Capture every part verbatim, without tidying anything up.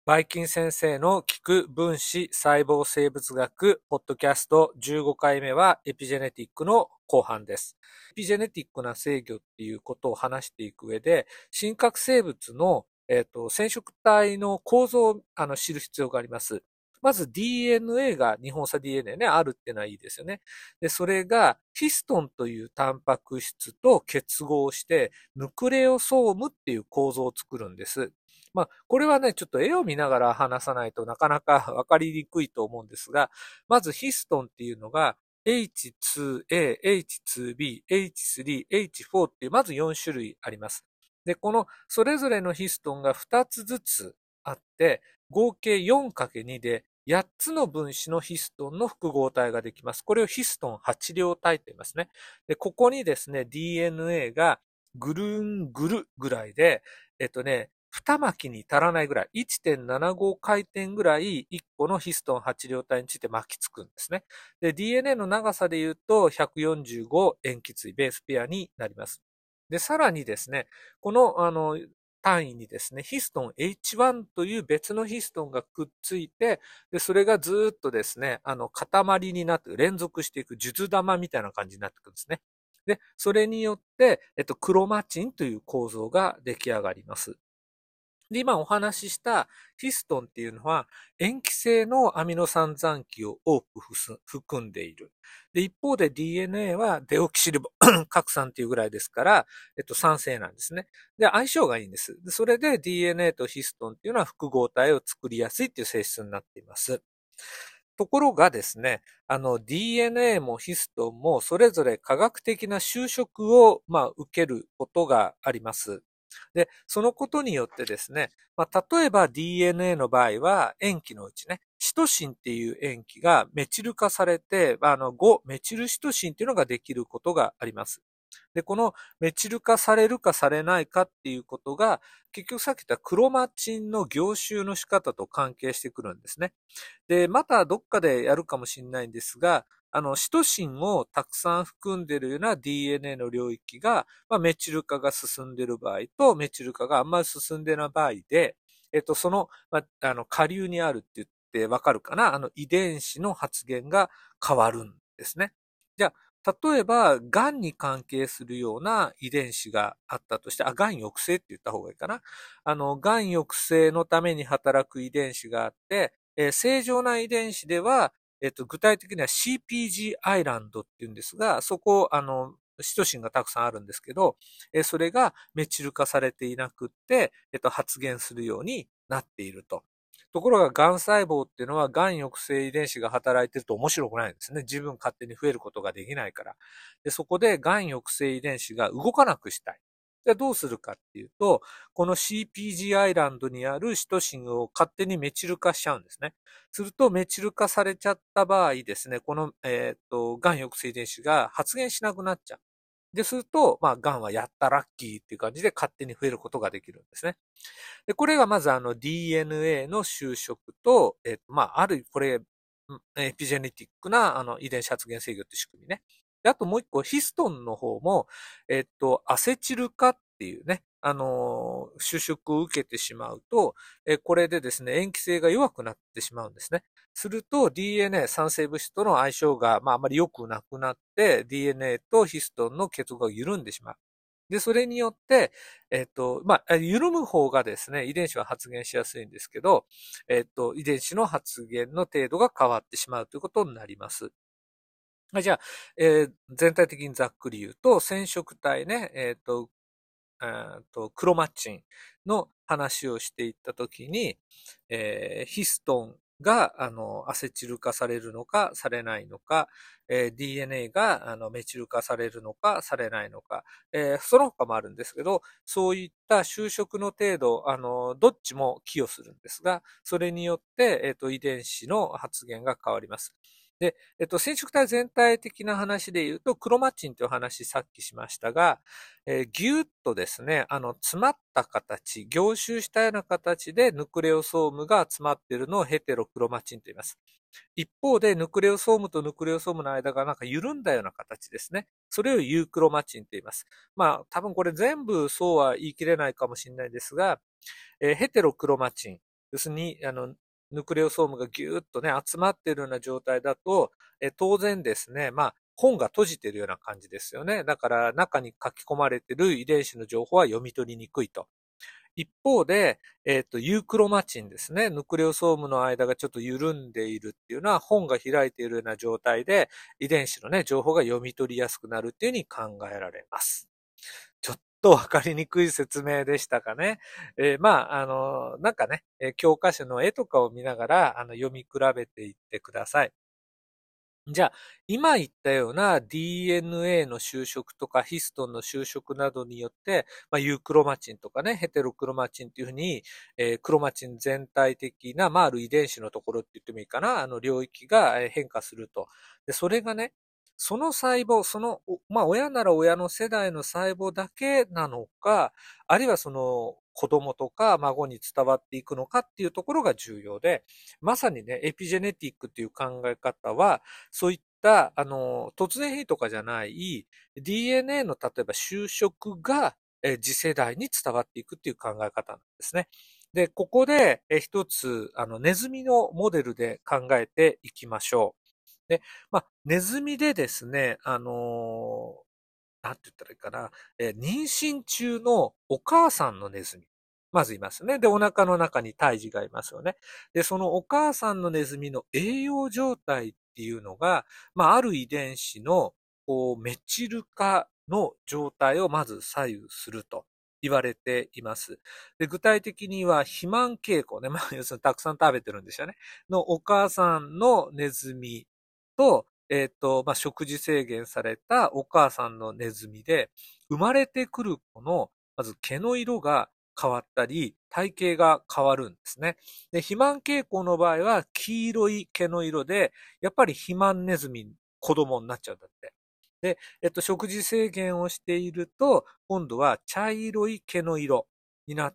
バイキン先生の聞く分子細胞生物学ポッドキャストじゅうごかいめはエピジェネティックの後半です。エピジェネティックな制御っていうことを話していく上で、真核生物の、えっと、染色体の構造をあの知る必要があります。まず ディーエヌエー が日本差 ディーエヌエー ね、あるっていうのはいいですよね。で、それがヒストンというタンパク質と結合してヌクレオソームっていう構造を作るんです。まあ、これはね、ちょっと絵を見ながら話さないとなかなかわかりにくいと思うんですが、まずヒストンっていうのが エイチツーエー、エイチツービー、エイチスリー、エイチフォー っていうまずよん種類あります。で、このそれぞれのヒストンがふたつずつあって、合計 よんかけるに でやっつの分子のヒストンの複合体ができます。これをヒストンはち両体と言いますね。で、ここにですね、ディーエヌエー がぐるんぐるぐらいで、えっとね、二巻きに足らないぐらい、いってんななご回転ぐらいいっこのヒストンはち両体について巻きつくんですね。で、ディーエヌエー の長さで言うとひゃくよんじゅうご塩基対ベースペアになります。で、さらにですね、この、あの、単位にですね、ヒストン エイチワン という別のヒストンがくっついて、で、それがずっとですね、あの、塊になって、連続していく数珠玉みたいな感じになってくるんですね。で、それによって、えっと、クロマチンという構造が出来上がります。で、今お話ししたヒストンっていうのは塩基性のアミノ酸残基を多く含んでいる。で、一方で ディーエヌエー はデオキシリボ核酸っていうぐらいですから、えっと、酸性なんですね。で、相性がいいんです。でそれで ディーエヌエー とヒストンっていうのは複合体を作りやすいっていう性質になっています。ところがですね、あの ディーエヌエー もヒストンもそれぞれ化学的な修飾を、まあ、受けることがあります。で、そのことによってですね、まあ、例えば ディーエヌエー の場合は塩基のうちね、シトシンっていう塩基がメチル化されて、あのごメチルシトシンっていうのができることがあります。で、このメチル化されるかされないかっていうことが、結局さっき言ったクロマチンの凝集の仕方と関係してくるんですね。で、またどっかでやるかもしれないんですが、あの、シトシンをたくさん含んでいるような ディーエヌエー の領域が、まあ、メチル化が進んでいる場合と、メチル化があんまり進んでない場合で、えっと、その、まあ、あの、下流にあるって言ってわかるかなあの、遺伝子の発現が変わるんですね。じゃあ、例えば、癌に関係するような遺伝子があったとして、あ、癌抑制って言った方がいいかな。あの、癌抑制のために働く遺伝子があって、えー正常な遺伝子では、えっと、具体的には シーピージー アイランドっていうんですが、そこ、あの、シトシンがたくさんあるんですけど、えーそれがメチル化されていなくって、えっと、発現するようになっていると。ところが、癌細胞っていうのは、癌抑制遺伝子が働いてると面白くないんですね。自分勝手に増えることができないから。で、そこで、癌抑制遺伝子が動かなくしたい。で、どうするかっていうと、この シーピージー アイランドにあるシトシンを勝手にメチル化しちゃうんですね。すると、メチル化されちゃった場合ですね、この、えっと、癌抑制遺伝子が発現しなくなっちゃう。で、すると、まあ、癌はやったラッキーっていう感じで勝手に増えることができるんですね。で、これがまずあの ディーエヌエー の修飾と、えっと、まあ、ある、これ、エピジェネティックなあの遺伝子発現制御って仕組みね。で、あともう一個、ヒストンの方も、えっと、アセチル化っていうね、あのー、収縮を受けてしまうと、えこれでですね、塩基性が弱くなってしまうんですね。すると ディーエヌエー、酸性物質との相性が、まあ、あまり良くなくなって、ディーエヌエー とヒストンの結合が緩んでしまう。で、それによって、えっと、まあ、緩む方がですね、遺伝子は発現しやすいんですけど、えっと、遺伝子の発現の程度が変わってしまうということになります。じゃあ、えー全体的にざっくり言うと、染色体ね、えっと、えーと、クロマチンの話をしていったときに、えーヒストンが、あの、アセチル化されるのか、されないのか、えー ディーエヌエー が、あの、メチル化されるのか、されないのか、えーその他もあるんですけど、そういった修飾の程度、あの、どっちも寄与するんですが、それによって、えっと、遺伝子の発現が変わります。で、えっと、染色体全体的な話で言うと、クロマチンという話さっきしましたが、えーぎゅっとですね、あの、詰まった形、凝集したような形でヌクレオソームが詰まっているのをヘテロクロマチンと言います。一方で、ヌクレオソームとヌクレオソームの間がなんか緩んだような形ですね。それをユークロマチンと言います。まあ、多分これ全部そうは言い切れないかもしれないですが、えーヘテロクロマチン。 要するに、あの、ヌクレオソームがぎゅーっとね、集まっているような状態だと、え当然ですね、まあ、本が閉じているような感じですよね。だから中に書き込まれている遺伝子の情報は読み取りにくいと。一方で、えっと、ユークロマチンですね。ヌクレオソームの間がちょっと緩んでいるっていうのは、本が開いているような状態で、遺伝子のね、情報が読み取りやすくなるっていうふうに考えられます。ちょっとわかりにくい説明でしたかね。えーまあ、あの、なんかね、えー教科書の絵とかを見ながら、あの、読み比べていってください。じゃあ、今言ったような ディーエヌエー の修飾とかヒストンの修飾などによって、まあ、ユークロマチンとかね、ヘテロクロマチンっていうふうに、えークロマチン全体的な、まあ、ある遺伝子のところって言ってもいいかな、あの領域がえー変化すると。で、それがね、その細胞、その、おまあ、親なら親の世代の細胞だけなのか、あるいはその子供とか孫に伝わっていくのかっていうところが重要で、まさにね、エピジェネティックっていう考え方は、そういった、あの、突然変異とかじゃない、ディーエヌエー の例えば修飾が、えー次世代に伝わっていくっていう考え方なんですね。で、ここで、えー一つ、あの、ネズミのモデルで考えていきましょう。で、まあ、ネズミでですね、あのーなんて言ったらいいかな、えー妊娠中のお母さんのネズミ。まずいますね。で、お腹の中に胎児がいますよね。で、そのお母さんのネズミの栄養状態っていうのが、まあ、ある遺伝子の、こう、メチル化の状態をまず左右すると言われています。で、具体的には、肥満傾向ね。まあ、要するにたくさん食べてるんですよね。のお母さんのネズミと、えっと、まあ、食事制限されたお母さんのネズミで、生まれてくる子の、まず毛の色が変わったり、体型が変わるんですね。で、肥満傾向の場合は、黄色い毛の色で、やっぱり肥満ネズミ、子供になっちゃうんだって。で、えっと、食事制限をしていると、今度は茶色い毛の色になって、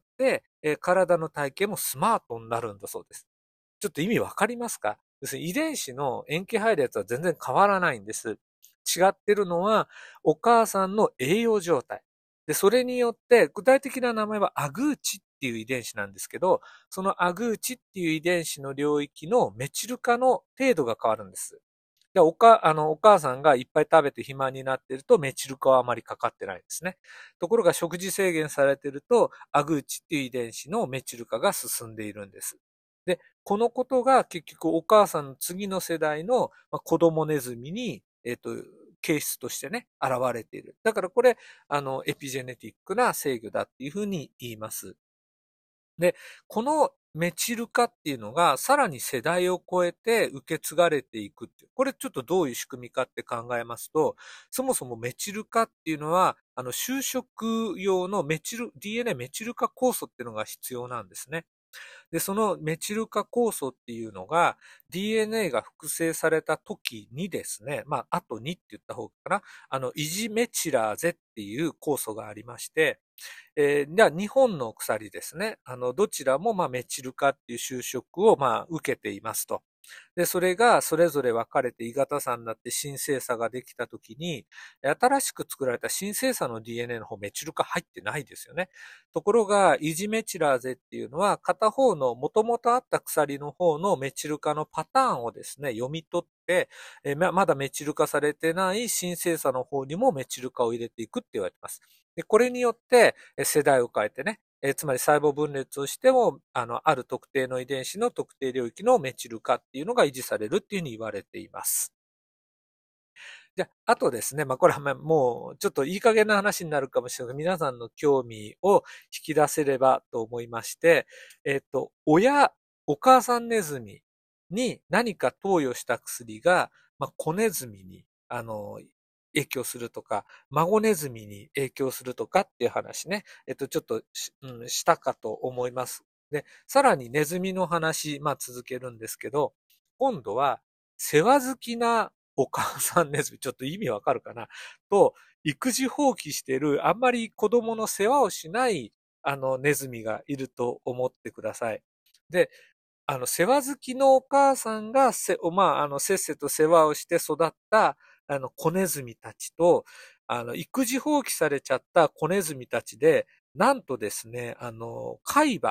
えー体の体型もスマートになるんだそうです。ちょっと意味わかりますか？要するに遺伝子の塩基配列は全然変わらないんです。違ってるのは、お母さんの栄養状態。で、それによって、具体的な名前はアグーチっていう遺伝子なんですけど、そのアグーチっていう遺伝子の領域のメチル化の程度が変わるんです。で、おか、あの、お母さんがいっぱい食べて肥満になっていると、メチル化はあまりかかってないんですね。ところが食事制限されていると、アグーチっていう遺伝子のメチル化が進んでいるんです。で、このことが結局お母さんの次の世代の子供ネズミに、えっと、形質としてね、現れている。だからこれ、あの、エピジェネティックな制御だっていうふうに言います。で、このメチル化っていうのがさらに世代を超えて受け継がれていくっていう。これちょっとどういう仕組みかって考えますと、そもそもメチル化っていうのは、あの、就職用のメチル、ディーエヌエー メチル化酵素っていうのが必要なんですね。で、そのメチル化酵素っていうのが ディーエヌエー が複製された時にですね、まあ、あとにって言った方かな、あの、イジメチラーゼっていう酵素がありまして、えー、じゃあ日本の鎖ですね。あの、どちらもまあメチル化っていう就職をまあ受けていますと。で、それがそれぞれ分かれて異型差になって新生差ができたときに、新しく作られた新生差の ディーエヌエー の方メチル化入ってないですよね。ところが、イジメチラーゼっていうのは、片方の元々あった鎖の方のメチル化のパターンをですね、読み取って、えままだメチル化されてない新生差の方にもメチル化を入れていくって言われています。で、これによって、世代を変えてね、えつまり細胞分裂をしても、あの、ある特定の遺伝子の特定領域のメチル化っていうのが維持されるっていうふうに言われています。じゃあ、あとですね、まあ、これはまあもう、ちょっといい加減な話になるかもしれないけど、皆さんの興味を引き出せればと思いまして、えっと、親、お母さんネズミに何か投与した薬が、まあ、子ネズミに、あの、影響するとか、孫ネズミに影響するとかっていう話ね、えっと、ちょっとし、うん、したかと思います。で、さらにネズミの話、まあ、続けるんですけど、今度は、世話好きなお母さんネズミ、ちょっと意味わかるかなと、育児放棄してる、あんまり子供の世話をしない、あの、ネズミがいると思ってください。で、あの、世話好きのお母さんがせ、まあ、あの、せっせと世話をして育った、あの、子ネズミたちと、あの、育児放棄されちゃった子ネズミたちで、なんとですね、あの、海馬っ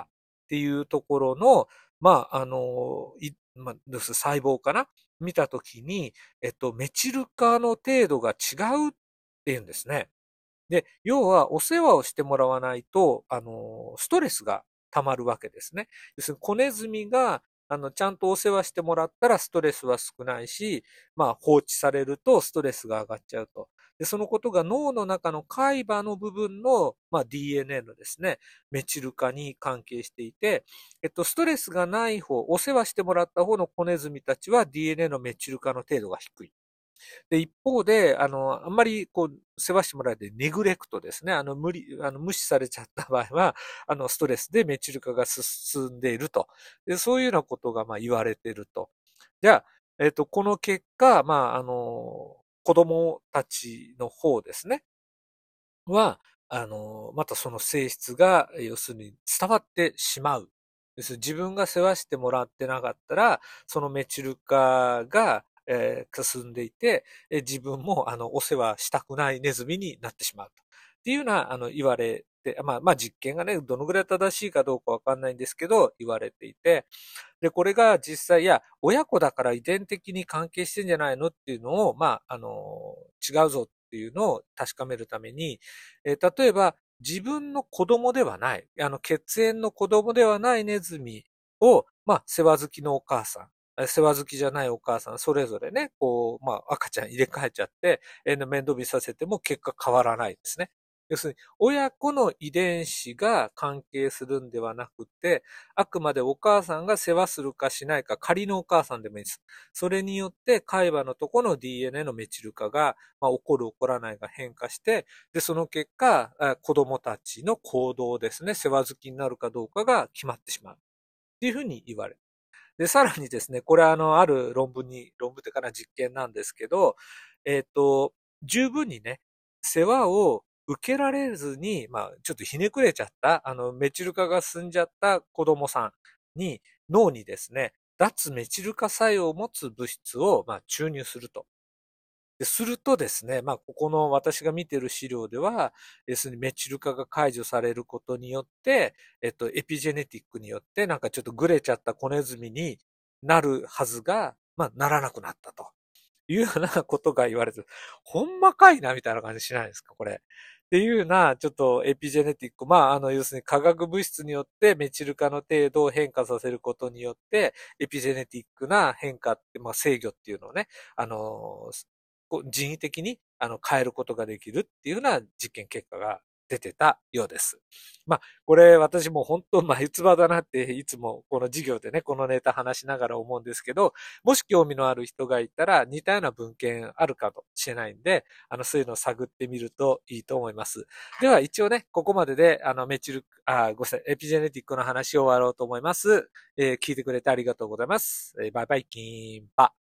っていうところの、まあ、あの、い、まあ、です細胞かな見たときに、えっと、メチル化の程度が違うっていうんですね。で、要はお世話をしてもらわないと、あの、ストレスが溜まるわけですね。要するに子ネズミが、あの、ちゃんとお世話してもらったらストレスは少ないし、まあ放置されるとストレスが上がっちゃうと。で、そのことが脳の中の海馬の部分の、まあ ディーエヌエー のですね、メチル化に関係していて、えっと、ストレスがない方、お世話してもらった方の子ネズミたちは ディーエヌエー のメチル化の程度が低い。で、一方で、あの、あんまり、こう、世話してもらえてネグレクトですね。あの、無理、あの、無視されちゃった場合は、あの、ストレスでメチル化が進んでいると。で、そういうようなことが、まあ、言われていると。じゃあ、えっと、この結果、まあ、あの、子供たちの方ですね。は、あの、またその性質が、要するに伝わってしまう。要するに自分が世話してもらってなかったら、そのメチル化が、えー進んでいて、え自分も、あの、お世話したくないネズミになってしまうと。っていうような、あの、言われて、まあ、まあ、実験がね、どのぐらい正しいかどうかわかんないんですけど、言われていて、で、これが実際、いや、親子だから遺伝的に関係してんじゃないのっていうのを、まあ、あの、違うぞっていうのを確かめるために、えー例えば、自分の子供ではない、あの、血縁の子供ではないネズミを、まあ、世話好きのお母さん、世話好きじゃないお母さん、それぞれね、こう、まあ、赤ちゃん入れ替えちゃって、えー面倒見させても結果変わらないですね。要するに、親子の遺伝子が関係するんではなくて、あくまでお母さんが世話するかしないか、仮のお母さんでもいいです。それによって、海馬のところの ディーエヌエー のメチル化が、まあ、起こる起こらないが変化して、で、その結果、子供たちの行動ですね、世話好きになるかどうかが決まってしまう。っていうふうに言われる。で、さらにですね、これはあの、ある論文に、論文ってかな実験なんですけど、えっと、十分にね、世話を受けられずに、まあ、ちょっとひねくれちゃった、あの、メチル化が進んじゃった子供さんに、脳にですね、脱メチル化作用を持つ物質を、まあ、注入すると。でするとですね、まあ、ここの私が見ている資料では、要するにメチル化が解除されることによって、えっと、エピジェネティックによって、なんかちょっとグレちゃった子ネズミになるはずが、まあ、ならなくなったというようなことが言われてる。ほんまかいなみたいな感じしないですか、これ。っていうような、ちょっとエピジェネティック。まあ、あの、要するに化学物質によってメチル化の程度を変化させることによって、エピジェネティックな変化って、まあ、制御っていうのをね、あの、こう人為的にあの変えることができるっていうような実験結果が出てたようです。まあ、これ私も本当眉唾だなっていつもこの授業でね、このネタ話しながら思うんですけど、もし興味のある人がいたら似たような文献あるかもしれないんで、あの、そういうのを探ってみるといいと思います。では一応ね、ここまでであの、メチル、あ、ごめんなさい、エピジェネティックの話を終わろうと思います。えー聞いてくれてありがとうございます。えーバイバイキーンパ。